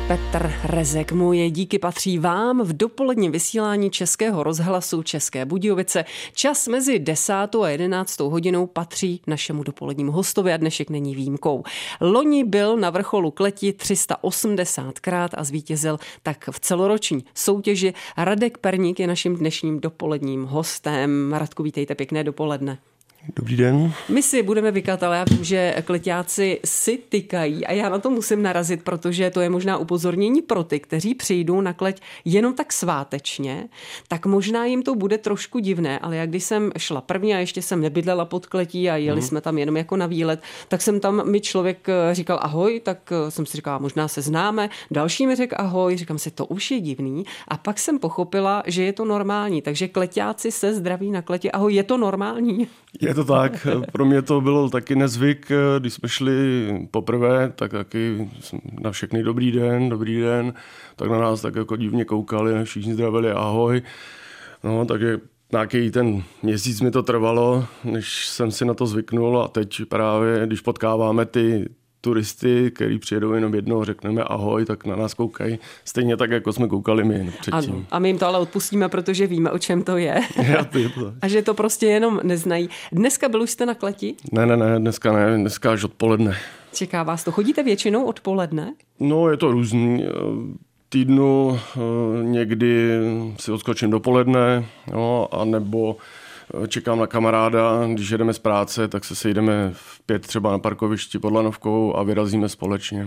Petr Rezek, moje díky patří vám v dopoledním vysílání Českého rozhlasu České Budějovice. Čas mezi 10. a 11. hodinou patří našemu dopolednímu hostovi a dnešek není výjimkou. Loni byl na vrcholu kleti 380krát a zvítězil tak v celoroční soutěži. Radek Perník je naším dnešním dopoledním hostem. Radku, vítejte, pěkné dopoledne. Dobrý den. My si budeme vykat, ale já vím, že kleťáci si tykají a já na to musím narazit, protože to je možná upozornění pro ty, kteří přijdou na kleť jenom tak svátečně, tak možná jim to bude trošku divné, ale jak když jsem šla první a ještě jsem nebydlela pod kletí a jeli jsme tam jenom jako na výlet, tak jsem tam mi člověk říkal ahoj, tak jsem si říkala, možná se známe, další mi řekl ahoj, říkám si, to už je divný a pak jsem pochopila, že je to normální, takže kleťáci se zdraví na kleti, ahoj, je to normální? Je to tak, pro mě to bylo taky nezvyk, když jsme šli poprvé, tak taky na všechny dobrý den, tak na nás tak jako divně koukali, všichni zdravili ahoj, no takže nějaký ten měsíc mi to trvalo, než jsem si na to zvyknul a teď právě, když potkáváme ty turisty, který přijedou jenom jednou, řekneme ahoj, tak na nás koukají stejně tak, jako jsme koukali my předtím. Ano, a my jim to ale odpustíme, protože víme, o čem to je. To. A že to prostě jenom neznají. Dneska byl už jste na kleti? Ne, dneska až odpoledne. Čeká vás to. Chodíte většinou odpoledne? No, je to různý. Týdnu někdy si odskočím dopoledne, no, anebo čekám na kamaráda, když jedeme z práce, tak se sejdeme v 5 třeba na parkovišti pod lanovkou a vyrazíme společně.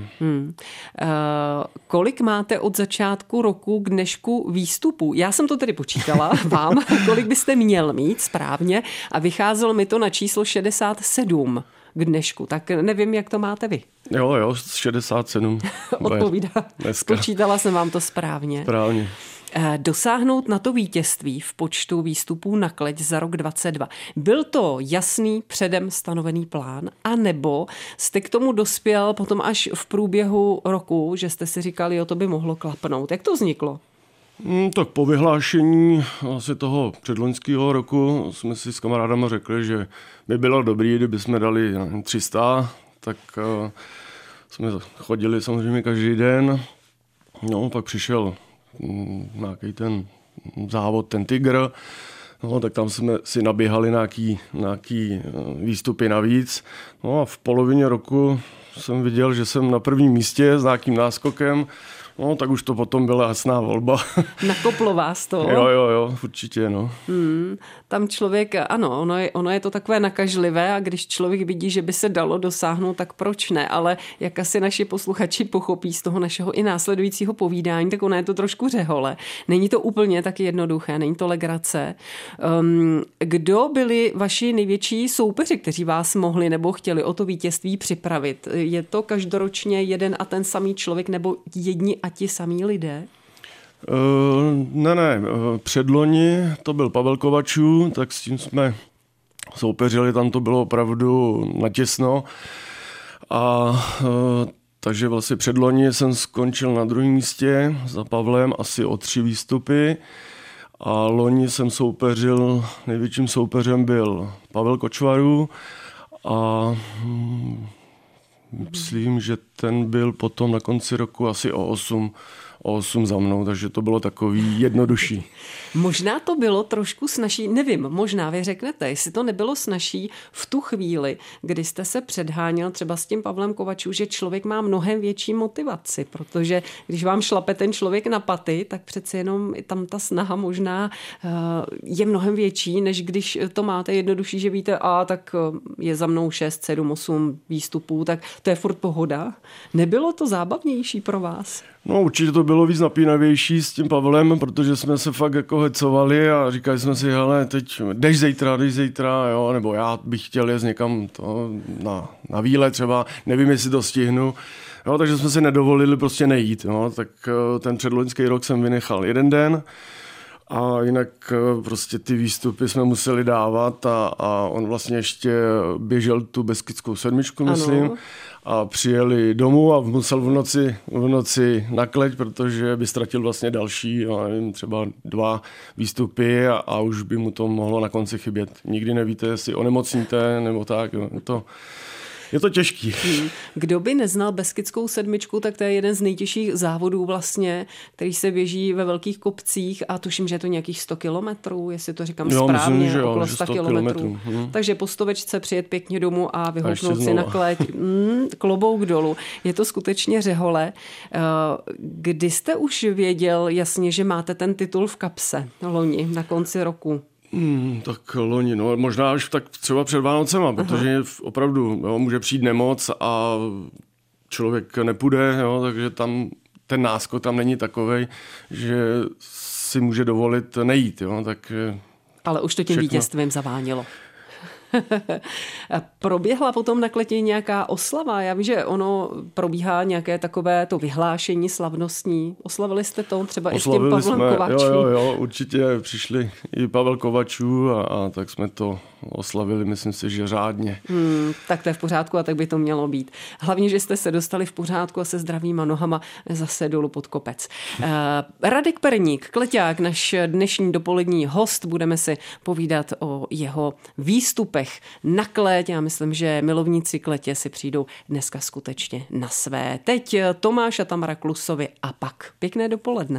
Kolik máte od začátku roku k dnešku výstupů? Já jsem to tedy počítala vám, kolik byste měl mít správně a vycházelo mi to na číslo 67 k dnešku, tak nevím, jak to máte vy. Jo, 67. Odpovídá. Spočítala jsem vám to správně. Správně. Dosáhnout na to vítězství v počtu výstupů na kleť za rok 2022. Byl to jasný předem stanovený plán, anebo jste k tomu dospěl potom až v průběhu roku, že jste si říkali, jo, to by mohlo klapnout. Jak to vzniklo? Tak po vyhlášení asi toho předloňského roku jsme si s kamarádama řekli, že by bylo dobrý, kdyby jsme dali 300, tak jsme chodili samozřejmě každý den. No, pak přišel nějaký ten závod, ten Tygr, no, tak tam jsme si naběhali nějaký výstupy navíc. No a v polovině roku jsem viděl, že jsem na prvním místě s nějakým náskokem, no tak už to potom byla jasná volba. Nakoplo vás to? Jo, určitě, no. Tam člověk, ano, ono je to takové nakažlivé a když člověk vidí, že by se dalo dosáhnout, tak proč ne? Ale jak asi naši posluchači pochopí z toho našeho i následujícího povídání, tak ono je to trošku řehole. Není to úplně tak jednoduché, není to legrace. Kdo byli vaši největší soupeři, kteří vás mohli nebo chtěli o to vítězství připravit? Je to každoročně jeden a ten samý člověk nebo jedni a ti samí lidé? Ne. Předloni to byl Pavel Kovačů, tak s tím jsme soupeřili, tam to bylo opravdu natěsno. A takže vlastně předloni jsem skončil na druhém místě za Pavlem asi o 3 výstupy. A loni jsem soupeřil, největším soupeřem byl Pavel Kočvarů a myslím, že ten byl potom na konci roku asi o 8 za mnou, takže to bylo takový jednodušší. Možná to bylo trošku snazší, nevím, možná vy řeknete, jestli to nebylo snazší v tu chvíli, kdy jste se předháněl třeba s tím Pavlem Kovačů, že člověk má mnohem větší motivaci, protože když vám šlape ten člověk na paty, tak přece jenom tam ta snaha možná je mnohem větší, než když to máte jednodušší, že víte, tak je za mnou 6, 7, 8 výstupů, tak to je furt pohoda. Nebylo to zábavnější pro vás? No určitě to bylo víc napínavější s tím Pavlem, protože jsme se fakt jako hecovali a říkali jsme si, hele, teď jdeš zítra, jo, nebo já bych chtěl jet někam na výlet třeba, nevím, jestli to stihnu. Jo, takže jsme si nedovolili prostě nejít. Jo, tak ten předloňský rok jsem vynechal 1 den a jinak prostě ty výstupy jsme museli dávat a on vlastně ještě běžel tu Beskidskou 7, myslím. Ano. A přijeli domů a musel v noci na kleť, protože by ztratil vlastně další, nevím, třeba 2 výstupy a už by mu to mohlo na konci chybět. Nikdy nevíte, jestli onemocníte nebo tak. Je to těžký. Kdo by neznal Beskidskou sedmičku, tak to je jeden z nejtěžších závodů vlastně, který se běží ve velkých kopcích a tuším, že je to nějakých 100 kilometrů, jestli to říkám správně, myslím, že okolo 100 kilometrů. Takže po stovečce přijet pěkně domů a vyhoupnout si na kleť. Klobouk dolů. Je to skutečně řehole. Kdy jste už věděl jasně, že máte ten titul v kapse loni na konci roku? Tak loni, no možná až tak třeba před Vánocema, protože opravdu může přijít nemoc a člověk nepůjde, takže tam ten náskok tam není takovej, že si může dovolit nejít. Ale už to tím vítězstvím zavánilo. Proběhla potom na kleti nějaká oslava? Já vím, že ono probíhá nějaké takové to vyhlášení slavnostní. Oslavili jste to třeba i s tím Pavlem Kovačů? Jo, určitě přišli i Pavel Kovačů a tak jsme to oslavili, myslím si, že řádně. Tak to je v pořádku a tak by to mělo být. Hlavně, že jste se dostali v pořádku a se zdravýma nohama zase dolů pod kopec. Radek Perník, kleťák, náš dnešní dopolední host, budeme si povídat o jeho výstupech na kleť. Já myslím, že milovníci kletě si přijdou dneska skutečně na své. Teď Tomáš a Tamara Klusovi a pak pěkné dopoledne.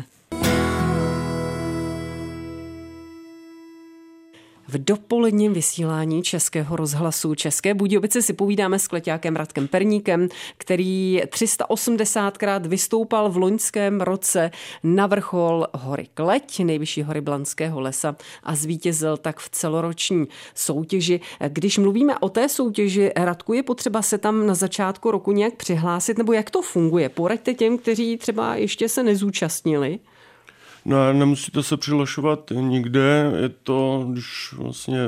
V dopoledním vysílání Českého rozhlasu České Budějovice si povídáme s kleťákem Radkem Perníkem, který 380krát vystoupal v loňském roce na vrchol hory Kleť, nejvyšší hory Blanského lesa a zvítězil tak v celoroční soutěži. Když mluvíme o té soutěži, Radku, je potřeba se tam na začátku roku nějak přihlásit, nebo jak to funguje? Poraďte těm, kteří třeba ještě se nezúčastnili. No, nemusíte se přihlašovat nikde, je to, když vlastně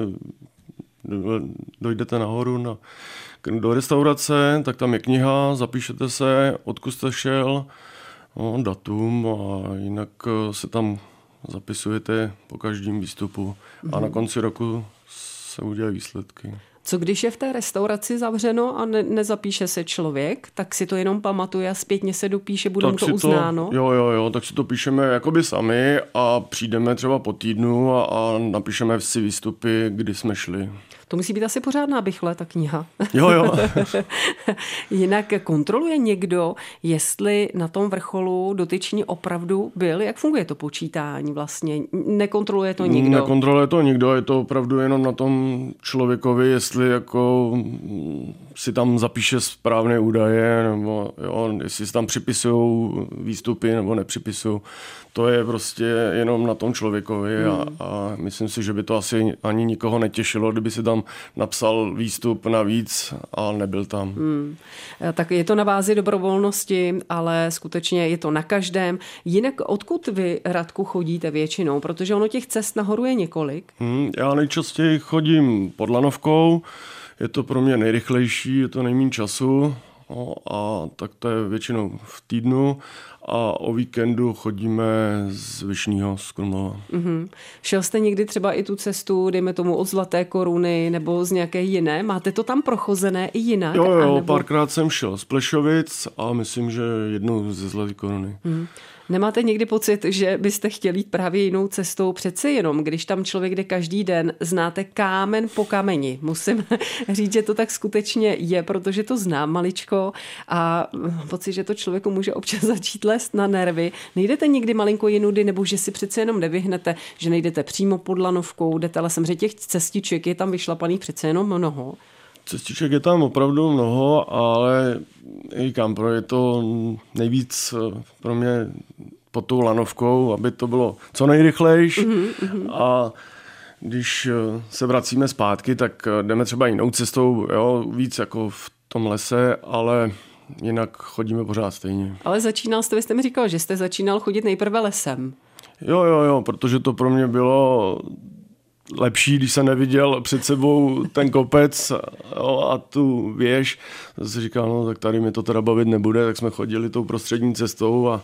dojdete nahoru do restaurace, tak tam je kniha, zapíšete se, odkud jste šel, datum a jinak se tam zapisujete po každém výstupu a na konci roku se udělají výsledky. Co když je v té restauraci zavřeno a nezapíše se člověk, tak si to jenom pamatuje a zpětně se dopíše, bude mu to uznáno? Jo, tak si to píšeme jakoby sami a přijdeme třeba po týdnu a napíšeme si výstupy, kdy jsme šli. To musí být asi pořádná bychle, ta kniha. Jo. Jinak kontroluje někdo, jestli na tom vrcholu dotyčný opravdu byl? Jak funguje to počítání vlastně? Nekontroluje to nikdo? Nekontroluje to nikdo, je to opravdu jenom na tom člověkovi, jestli jako si tam zapíše správné údaje, nebo jestli si tam připisují výstupy nebo nepřipisují. To je prostě jenom na tom člověkovi a myslím si, že by to asi ani nikoho netěšilo, kdyby si tam napsal výstup navíc a nebyl tam. Tak je to na bázi dobrovolnosti, ale skutečně je to na každém. Jinak odkud vy, Radku, chodíte většinou? Protože ono těch cest nahoru je několik. Já nejčastěji chodím pod lanovkou, je to pro mě nejrychlejší, je to nejméně času a tak to je většinou v týdnu. A o víkendu chodíme z Vyšného, z Krumlova. Šel jste někdy třeba i tu cestu, dejme tomu od Zlaté Koruny nebo z nějaké jiné? Máte to tam prochozené i jinak? Jo, párkrát jsem šel z Plešovic a myslím, že jednou ze Zlaté Koruny. Nemáte někdy pocit, že byste chtěli jít právě jinou cestou? Přece jenom, když tam člověk jde každý den, znáte kámen po kameni. Musím říct, že to tak skutečně je, protože to znám maličko a pocit, že to člověku může občas začít lézt na nervy. Nejdete někdy malinko jinudy, nebo že si přece jenom nevyhnete, že nejdete přímo pod lanovkou, jdete lesem, že těch cestiček je tam vyšlapaných přece jenom mnoho? Cestiček je tam opravdu mnoho, ale říkám, je to nejvíc pro mě pod tou lanovkou, aby to bylo co nejrychlejší. A když se vracíme zpátky, tak jdeme třeba jinou cestou, víc jako v tom lese, ale jinak chodíme pořád stejně. Ale vy jste mi říkal, že jste začínal chodit nejprve lesem. Jo, protože to pro mě bylo lepší, když jsem neviděl před sebou ten kopec a tu věž. Zase říkal, tak tady mi to teda bavit nebude, tak jsme chodili tou prostřední cestou a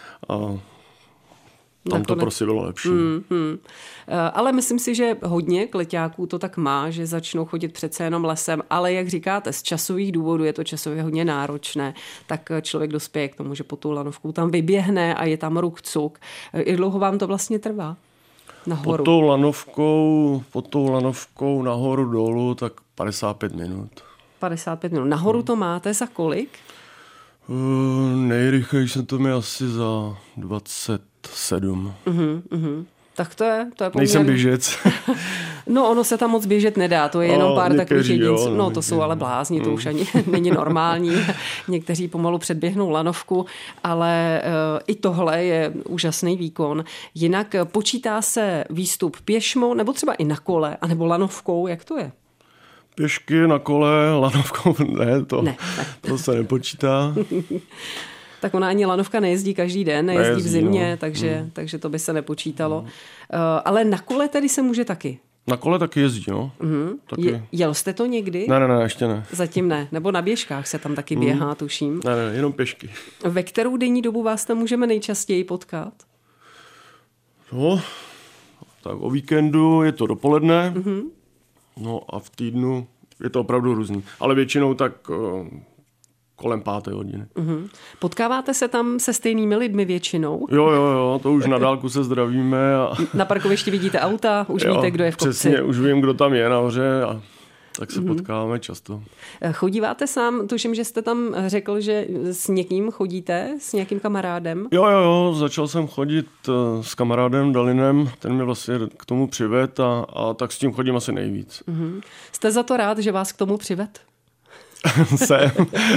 tam to prostě bylo lepší. Ale myslím si, že hodně kleťáků to tak má, že začnou chodit přece jenom lesem, ale jak říkáte, z časových důvodů je to časově hodně náročné, tak člověk dospěje k tomu, že po tu lanovku tam vyběhne a je tam ruch-cuk. Jak dlouho vám to vlastně trvá? Nahoru. Pod tou lanovkou nahoru dolů tak 55 minut. 55 minut. Nahoru to máte za kolik? Nejrychleji jsem to měl asi za 27. Tak to je poměrně... Nejsem běžec. No, ono se tam moc běžet nedá, to je jenom pár takových jedinců. No, to jsou ale blázni, to už ani není normální. Někteří pomalu předběhnou lanovku, ale i tohle je úžasný výkon. Jinak počítá se výstup pěšmo, nebo třeba i na kole, anebo lanovkou, jak to je? Pěšky, na kole, lanovkou ne, to se nepočítá. Tak ona ani lanovka nejezdí každý den, nejezdí v zimě, takže to by se nepočítalo. Ale na kole tedy se může taky. Na kole taky jezdí, no. Taky. Jel jste to někdy? Ne, ještě ne. Zatím ne. Nebo na běžkách se tam taky běhá, tuším. Ne, jenom pěšky. Ve kterou denní dobu vás tam můžeme nejčastěji potkat? No, tak o víkendu je to dopoledne, no a v týdnu je to opravdu různý. Ale většinou tak kolem 5. hodiny. Potkáváte se tam se stejnými lidmi většinou? Jo, to už na dálku se zdravíme. A... Na parkovišti vidíte auta, už víte, kdo je v kopci. Přesně, už vím, kdo tam je nahoře a tak se potkáváme často. Chodíváte sám? Tuším, že jste tam řekl, že s někým chodíte, s nějakým kamarádem? Jo, začal jsem chodit s kamarádem Dalinem, ten mě vlastně k tomu přived a tak s tím chodím asi nejvíc. Jste za to rád, že vás k tomu přived? Jsem.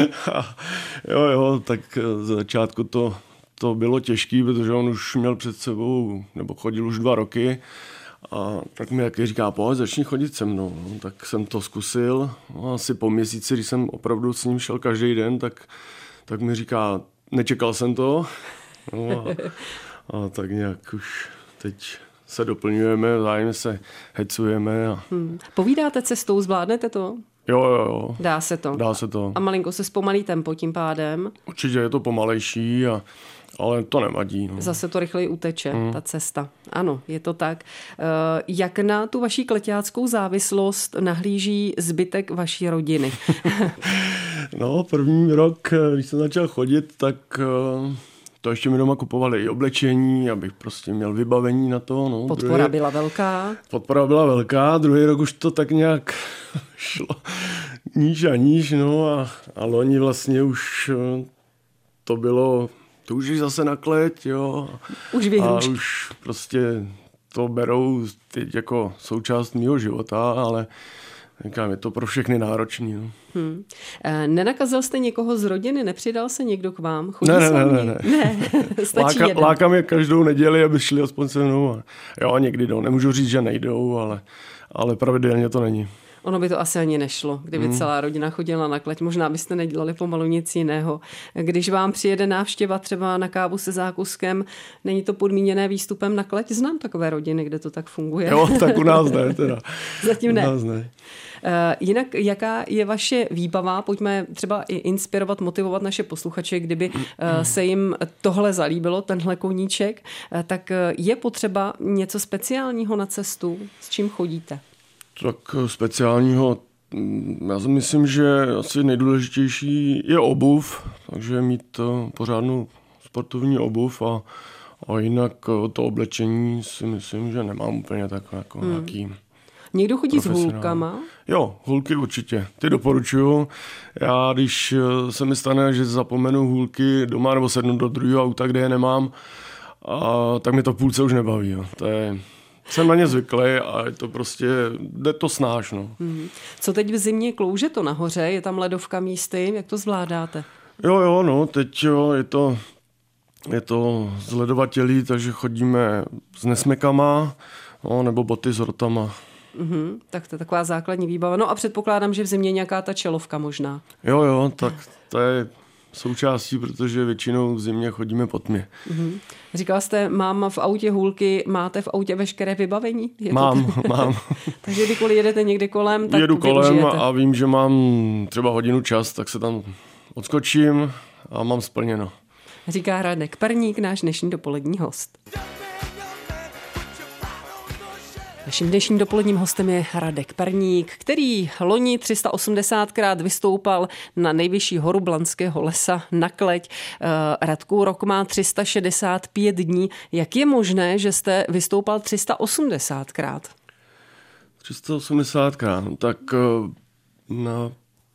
Jo, tak z začátku to bylo těžké, protože on už měl před sebou, nebo chodil už 2 roky a tak mi jaký říká, pojď, začni chodit se mnou. No, tak jsem to zkusil. No, asi po měsíci, když jsem opravdu s ním šel každý den, tak mi říká, nečekal jsem to. No, a tak nějak už teď se doplňujeme, vzájemně se hecujeme. Povídáte cestou, zvládnete to? Jo. Dá se to. A malinko se zpomalí tempo tím pádem? Určitě je to pomalejší, ale to nevadí. No. Zase to rychleji uteče, ta cesta. Ano, je to tak. Jak na tu vaši kleťáckou závislost nahlíží zbytek vaší rodiny? No, první rok, když jsem začal chodit, tak to ještě mi doma kupovali i oblečení, abych prostě měl vybavení na to. No. Podpora byla velká. Druhý rok už to tak nějak šlo níž a níž, no a loni vlastně už to bylo, to už je zase na kleť, jo. Už vyhrůžky. A už prostě to berou teď jako součást mýho života, ale říkám, je to pro všechny náročný. No. Nenakazil jste někoho z rodiny? Nepřidal se někdo k vám? Ne. Stačí Lákám je každou neděli, aby šli aspoň se mnou. Jo, někdy jdou. Nemůžu říct, že nejdou, ale pravidelně to není. Ono by to asi ani nešlo, kdyby celá rodina chodila na kleť. Možná byste nedělali pomalu nic jiného. Když vám přijede návštěva třeba na kávu se zákuskem, není to podmíněné výstupem na kleť? Znám takové rodiny, kde to tak funguje. Jo, tak u nás ne teda. Zatím ne. U nás ne. Jinak, jaká je vaše výbava? Pojďme třeba i inspirovat, motivovat naše posluchače, kdyby se jim tohle zalíbilo, tenhle koníček, tak je potřeba něco speciálního na cestu? S čím chodíte? Tak speciálního, já si myslím, že asi nejdůležitější je obuv, takže mít pořádnou sportovní obuv a jinak to oblečení si myslím, že nemám úplně takové jako nějaký. Někdo chodí s hůlkama? Jo, hůlky určitě. Ty doporučuju. Já, když se mi stane, že zapomenu hůlky doma nebo sednu do druhého auta, kde je nemám, tak mě to v půlce už nebaví. Jo. Jsem na ně zvyklý a je to prostě, jde to snáš. No. Co teď v zimě, klouže to nahoře? Je tam ledovka místy? Jak to zvládáte? Jo, no, teď je to zledovatělý, takže chodíme s nesmekama, no, nebo boty s rotama. Tak to je taková základní výbava. No a předpokládám, že v zimě nějaká ta čelovka možná. Jo, tak to je součástí, protože většinou v zimě chodíme po tmě. Říkal jste, mám v autě hůlky, máte v autě veškeré vybavení? Mám. Takže kdykoliv jedete někde kolem, tak jedu kolem využijete. A vím, že mám třeba hodinu čas, tak se tam odskočím a mám splněno. Říká Radek Perník, náš dnešní dopolední host. Naším dnešním dopoledním hostem je Radek Perník, který loni 380krát vystoupal na nejvyšší horu Blanského lesa na Kleť. Radku, rok má 365 dní. Jak je možné, že jste vystoupal 380krát? 380krát, no tak na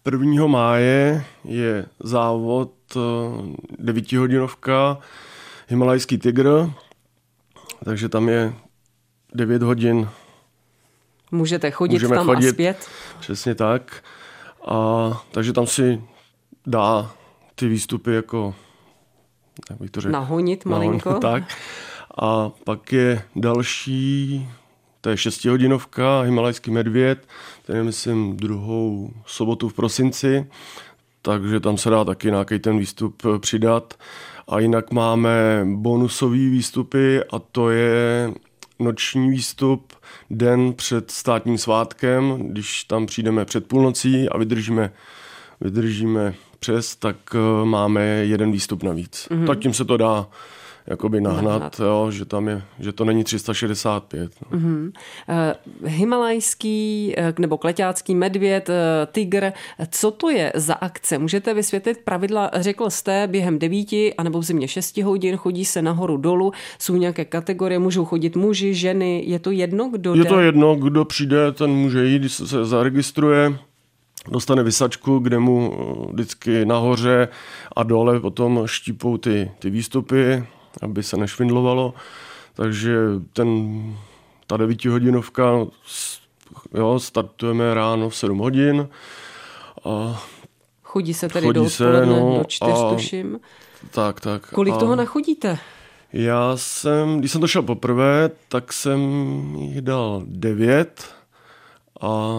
1. máje je závod 9hodinovka Himalajský tygr, takže tam je 9 hodin. Můžeme chodit a zpět. Přesně tak. Takže tam si dá ty výstupy jako, jak bych to řekl, nahonit malinko. Tak. A pak je další, to je 6hodinovka Himalajský medvěd, ten je, myslím, 2. sobotu v prosinci, takže tam se dá taky nějaký ten výstup přidat. A jinak máme bonusové výstupy a to je noční výstup den před státním svátkem, když tam přijdeme před půlnocí a vydržíme přes, tak máme 1 výstup navíc. Mm-hmm. Tak tím se to dá jakoby nahnat. Jo, že to není 365. No. Mm-hmm. Himalajský nebo kleťácký medvěd, tygr, co to je za akce? Můžete vysvětlit pravidla? Řekl jste, během 9 anebo v zimě 6 hodin chodí se nahoru dolů, jsou nějaké kategorie, můžou chodit muži, ženy, je to jedno, kdo jde? Je to jedno, kdo přijde, ten může jít, se zaregistruje, dostane visačku, kde mu vždycky nahoře a dole potom štípou ty výstupy, aby se nešvindlovalo. Takže ta 9hodinovka, jo, startujeme ráno v 7 hodin. A chodí se tedy do odpoledne, do 4, tuším. Tak. Kolik toho nachodíte? Když jsem to šel poprvé, tak jsem jich dal 9 a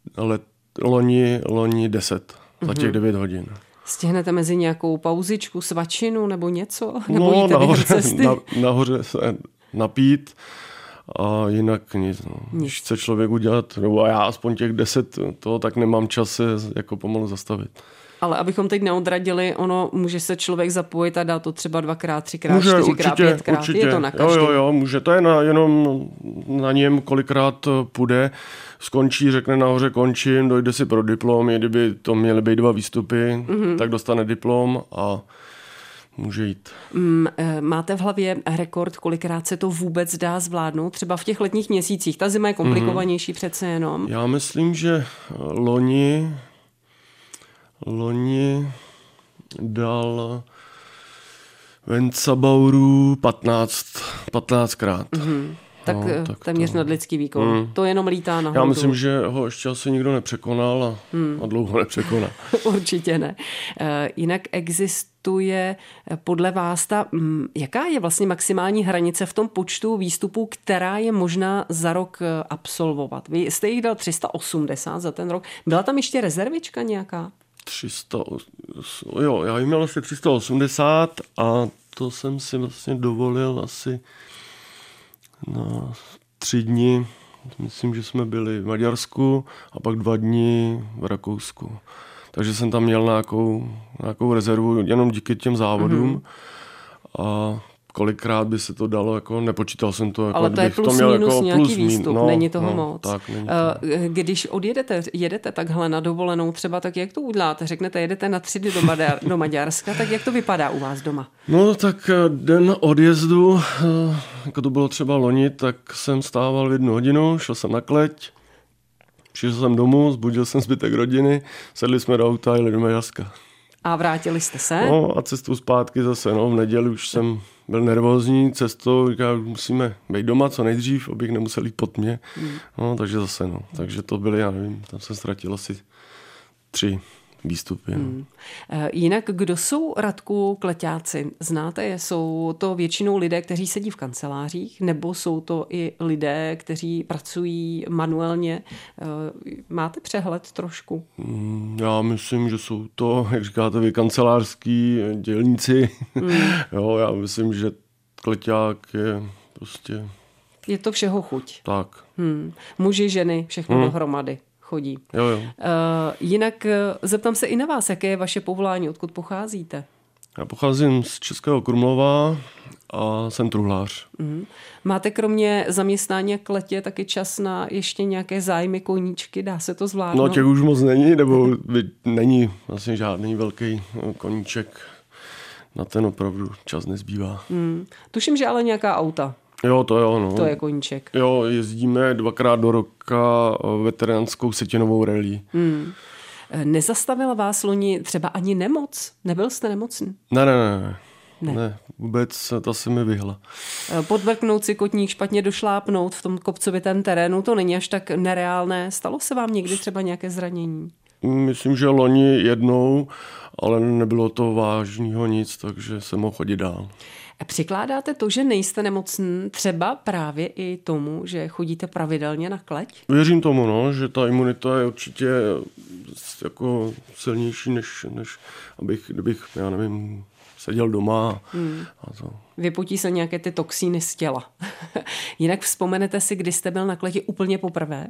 loni 10 za těch 9 hodin. Stihnete mezi nějakou pauzičku, svačinu nebo něco? Nebo jíte během cesty? Nahoře se napít a jinak nic. No. Když chce člověk udělat, nebo já aspoň těch 10 toho, tak nemám čas se jako pomalu zastavit. Ale abychom teď neodradili, může se člověk zapojit a dá to třeba 2x, 3x, 4x, 5x. Určitě. Je to na každý. Jo, může. To je jenom na něm, kolikrát půjde. Skončí, řekne nahoře končím, dojde si pro diplom. Kdyby to měly být 2 výstupy, tak dostane diplom a může jít. Máte v hlavě rekord, kolikrát se to vůbec dá zvládnout? Třeba v těch letních měsících. Ta zima je komplikovanější přece jenom. Já myslím, že loni dal Vencabauru 15krát. Tak téměř nadlidský výkon. To jenom lítá nahoru. Já myslím, že ho ještě asi nikdo nepřekonal a dlouho nepřekoná. Určitě ne. Jinak existuje podle vás jaká je vlastně maximální hranice v tom počtu výstupů, která je možná za rok absolvovat? Vy jste jich dal 380 za ten rok. Byla tam ještě rezervička nějaká? Já jich měl asi 380 a to jsem si vlastně dovolil asi na 3 dny. Myslím, že jsme byli v Maďarsku a pak 2 dny v Rakousku. Takže jsem tam měl nějakou rezervu jenom díky těm závodům. A kolikrát by se to dalo, jako nepočítal jsem to. Jako, ale to je plus minus nějaký výstup, není toho moc. Tak, není to. Když jedete takhle na dovolenou třeba, tak jak to uděláte? Řeknete, jedete na 3 dny do Maďarska, tak jak to vypadá u vás doma? No tak den odjezdu, jako to bylo třeba loni, tak jsem stával v 1 hodinu, šel jsem na Kleť, přišel jsem domů, zbudil jsem zbytek rodiny, sedli jsme do auta a jeli do Maďarska. A vrátili jste se? No a cestu zpátky zase, v neděli už jsem byl nervózní cestou, říkal, musíme být doma co nejdřív, abych nemusel jít pod mě. No, takže zase, takže to byly, já nevím, tam jsem ztratil asi 3 výstupy. Jinak, kdo jsou, Radku, kleťáci? Znáte je? Jsou to většinou lidé, kteří sedí v kancelářích, nebo jsou to i lidé, kteří pracují manuálně? Máte přehled trošku? Já myslím, že jsou to, jak říkáte vy, kancelářský dělníci. Jo, já myslím, že kleťák je prostě... Je to všeho chuť. Tak. Muži, ženy, všechno dohromady chodí. Jo. Jinak zeptám se i na vás, jaké je vaše povolání, odkud pocházíte? Já pocházím z Českého Krumlova a jsem truhlář. Máte kromě zaměstnání a kletě taky čas na ještě nějaké zájmy, koníčky? Dá se to zvládnout? No těch už moc není, nebo není vlastně žádný velký koníček. Na ten opravdu čas nezbývá. Tuším, že ale nějaká auta. Jo, to jo, no. To je koníček. Jo, jezdíme 2krát do roka veteránskou setinovou rally. Nezastavila vás loni třeba ani nemoc? Nebyl jste nemocný? Ne, vůbec ta se mi vyhla. Podvrknout si kotník, špatně došlápnout v tom kopcovitém terénu, to není až tak nereálné. Stalo se vám někdy třeba nějaké zranění? Myslím, že loni jednou, ale nebylo to vážného nic, takže jsem mohl chodit dál. Přikládáte to, že nejste nemocný, třeba právě i tomu, že chodíte pravidelně na kleť? Věřím tomu, že ta imunita je určitě jako silnější, než kdybych, já nevím, seděl doma a to. Vypotí se nějaké ty toxíny z těla. Jinak vzpomenete si, kdy jste byl na kleti úplně poprvé?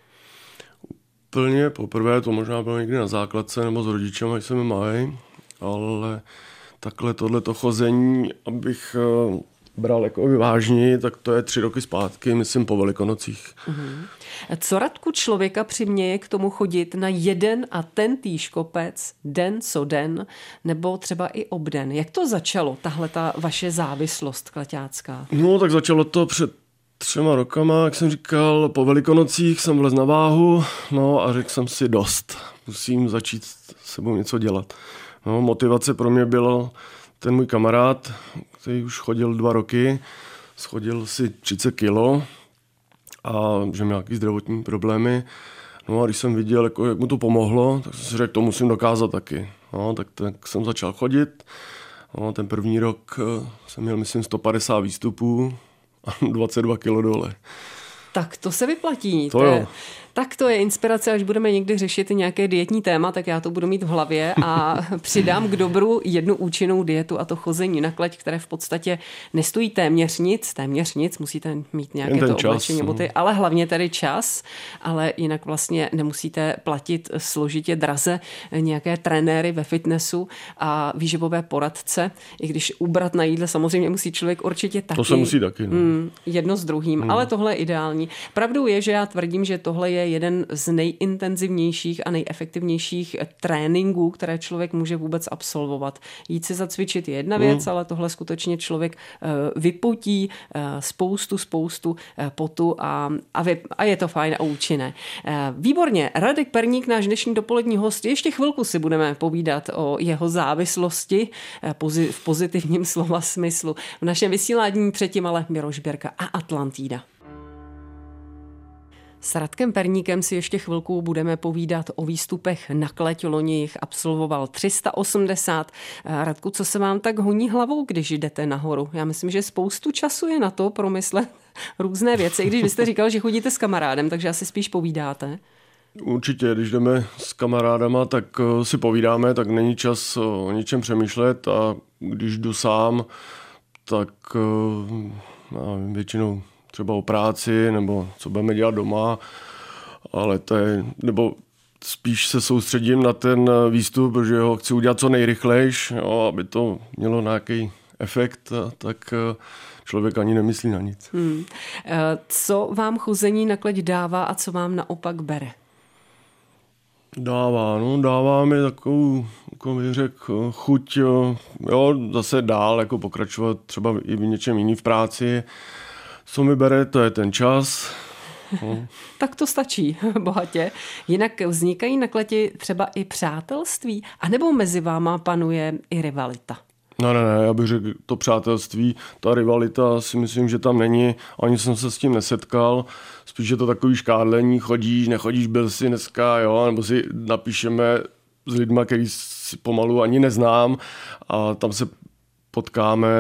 Úplně poprvé, to možná bylo někdy na základce nebo s rodičem, až jsem malý, ale takhle tohleto chození, abych bral jako vážněji, tak to je 3 roky zpátky, myslím po Velikonocích. Co Radku člověka přiměje k tomu chodit na jeden a ten týž kopec den co den, nebo třeba i obden? Jak to začalo, tahle ta vaše závislost kleťácká? No, tak začalo to před 3 rokama, jak jsem říkal, po Velikonocích jsem vlez na váhu, no a řekl jsem si dost. Musím začít s sebou něco dělat. No, motivace pro mě byl ten můj kamarád, který už chodil 2 roky, schodil si 30 kilo a že měl nějaké zdravotní problémy. No a když jsem viděl, jako, jak mu to pomohlo, tak jsem si řekl, to musím dokázat taky. No, tak jsem začal chodit. No, ten první rok jsem měl, myslím, 150 výstupů a 22 kilo dole. Tak to se vyplatí. To jo. Tak to je inspirace, až budeme někdy řešit nějaké dietní téma, tak já to budu mít v hlavě a přidám k dobru jednu účinnou dietu a to chození na kleť, které v podstatě nestojí téměř nic, musíte mít nějaké to oblečení, boty, ale hlavně tady čas, ale jinak vlastně nemusíte platit složitě draze nějaké trenéry ve fitnessu a výživové poradce, i když ubrat na jídle samozřejmě musí člověk určitě taky. To se musí taky. No. Jedno s druhým, ale tohle je ideální. Pravdou je, že já tvrdím, že tohle je jeden z nejintenzivnějších a nejefektivnějších tréninků, které člověk může vůbec absolvovat. Jít si zacvičit je jedna věc, ale tohle skutečně člověk vypotí spoustu potu a je to fajn a účinné. Výborně, Radek Perník, náš dnešní dopolední host, ještě chvilku si budeme povídat o jeho závislosti v pozitivním slova smyslu. V našem vysílání předtím ale Miroš Birka a Atlantida. S Radkem Perníkem si ještě chvilku budeme povídat o výstupech na kleť. Loni jich absolvoval 380. Radku, co se vám tak honí hlavou, když jdete nahoru? Já myslím, že spoustu času je na to promyslet různé věci. I když vy jste říkal, že chodíte s kamarádem, takže asi spíš povídáte. Určitě, když jdeme s kamarádama, tak si povídáme, tak není čas o ničem přemýšlet a když jdu sám, tak většinou třeba o práci, nebo co budeme dělat doma, ale to je, nebo spíš se soustředím na ten výstup, protože ho chci udělat co nejrychlejš, jo, aby to mělo nějaký efekt, tak člověk ani nemyslí na nic. Co vám chození na kleť dává a co vám naopak bere? Dává mi takovou, jako bych řekl, chuť, jo, zase dál jako pokračovat třeba i v něčem jiným v práci. Co mi bere, to je ten čas. No. Tak to stačí bohatě. Jinak vznikají na kleti třeba i přátelství, anebo mezi váma panuje i rivalita? Ne, já bych řekl to přátelství, ta rivalita si myslím, že tam není, ani jsem se s tím nesetkal, spíš je to takový škádlení, chodíš, nechodíš, byl jsi dneska, jo, nebo si napíšeme s lidma, který si pomalu ani neznám a tam se potkáme,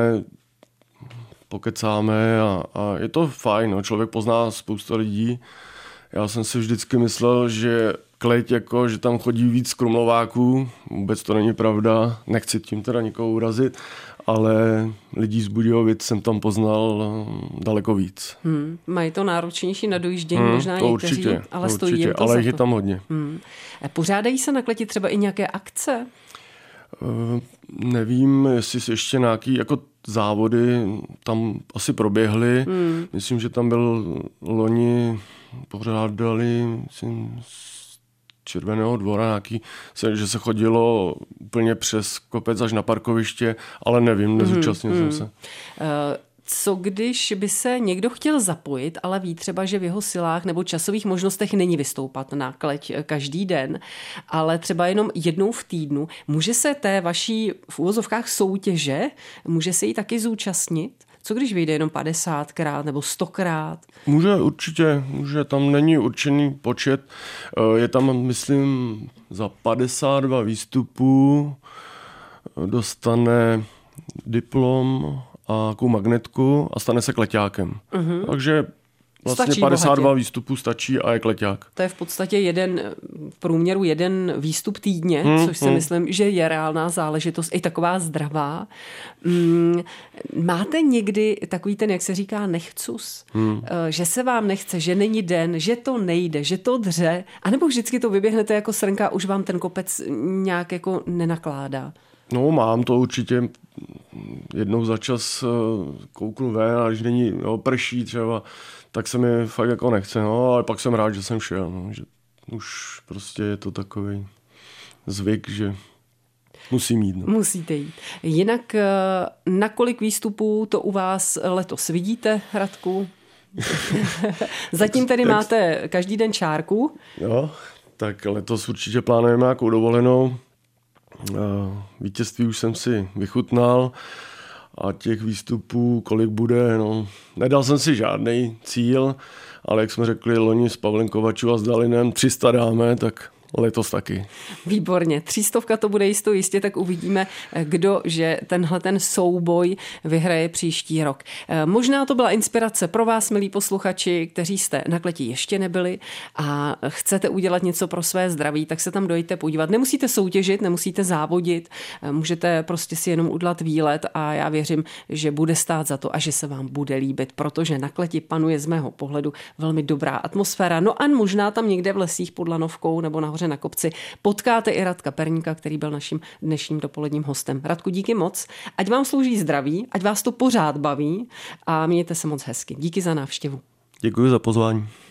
pokecáme a je to fajn, no. Člověk pozná spousta lidí. Já jsem si vždycky myslel, že kleť, jako, že tam chodí víc krumlováků, vůbec to není pravda, nechci tím teda nikoho urazit, ale lidí z Budějovic jsem tam poznal daleko víc. Mají to náročnější na dojíždění, možná to někteří, určitě, ale stojí jim to ale za je to. tam hodně. Pořádají se na kleti třeba i nějaké akce? Nevím, jestli se ještě nějaký jako závody tam asi proběhly. Myslím, že tam byl loni pořádali z Červeného Dvora nějaký, že se chodilo úplně přes kopec až na parkoviště, ale nevím, nezúčastnil jsem se. Co když by se někdo chtěl zapojit, ale ví třeba, že v jeho silách nebo časových možnostech není vystoupat na kleť každý den, ale třeba jenom jednou v týdnu. Může se té vaší v uvozovkách soutěže, může se jí taky zúčastnit? Co když vyjde jenom 50krát nebo 100krát? Může určitě, tam není určený počet. Je tam, myslím, za 52 výstupů dostane diplom a magnetku a stane se kleťákem. Takže vlastně Stačí 52 bohatě. Výstupů stačí a je kleťák. To je v podstatě v průměru jeden výstup týdně, což si myslím, že je reálná záležitost, i taková zdravá. Máte někdy takový ten, jak se říká, nechcus? Že se vám nechce, že není den, že to nejde, že to dře, anebo vždycky to vyběhnete jako srnka, už vám ten kopec nějak jako nenakládá? No, mám to určitě. Jednou za čas kouknu ven, a když není prší třeba, tak se mi fakt jako nechce. No, ale pak jsem rád, že jsem šel. No, že už prostě je to takový zvyk, že musím jít. No. Musíte jít. Jinak na kolik výstupů to u vás letos vidíte, Radku? Zatím tedy máte každý den čárku. Jo, tak letos určitě plánujeme nějakou dovolenou. Vítězství už jsem si vychutnal a těch výstupů, kolik bude, no, nedal jsem si žádný cíl, ale jak jsme řekli loni s Pavlem Kovačů a s Dalinem 300 dáme, tak letos taky. Výborně. 300 to bude jistě, tak uvidíme, kdo, že tenhle ten souboj vyhraje příští rok. Možná to byla inspirace pro vás, milí posluchači, kteří jste na kleti ještě nebyli a chcete udělat něco pro své zdraví, tak se tam dojďte podívat. Nemusíte soutěžit, nemusíte závodit, můžete prostě si jenom udělat výlet a já věřím, že bude stát za to a že se vám bude líbit, protože na kleti panuje z mého pohledu velmi dobrá atmosféra. No a možná tam někde v lesích pod lanovkou nebo nahoře na kopci potkáte i Radka Perníka, který byl naším dnešním dopoledním hostem. Radku, díky moc. Ať vám slouží zdraví, ať vás to pořád baví a mějte se moc hezky. Díky za návštěvu. Děkuji za pozvání.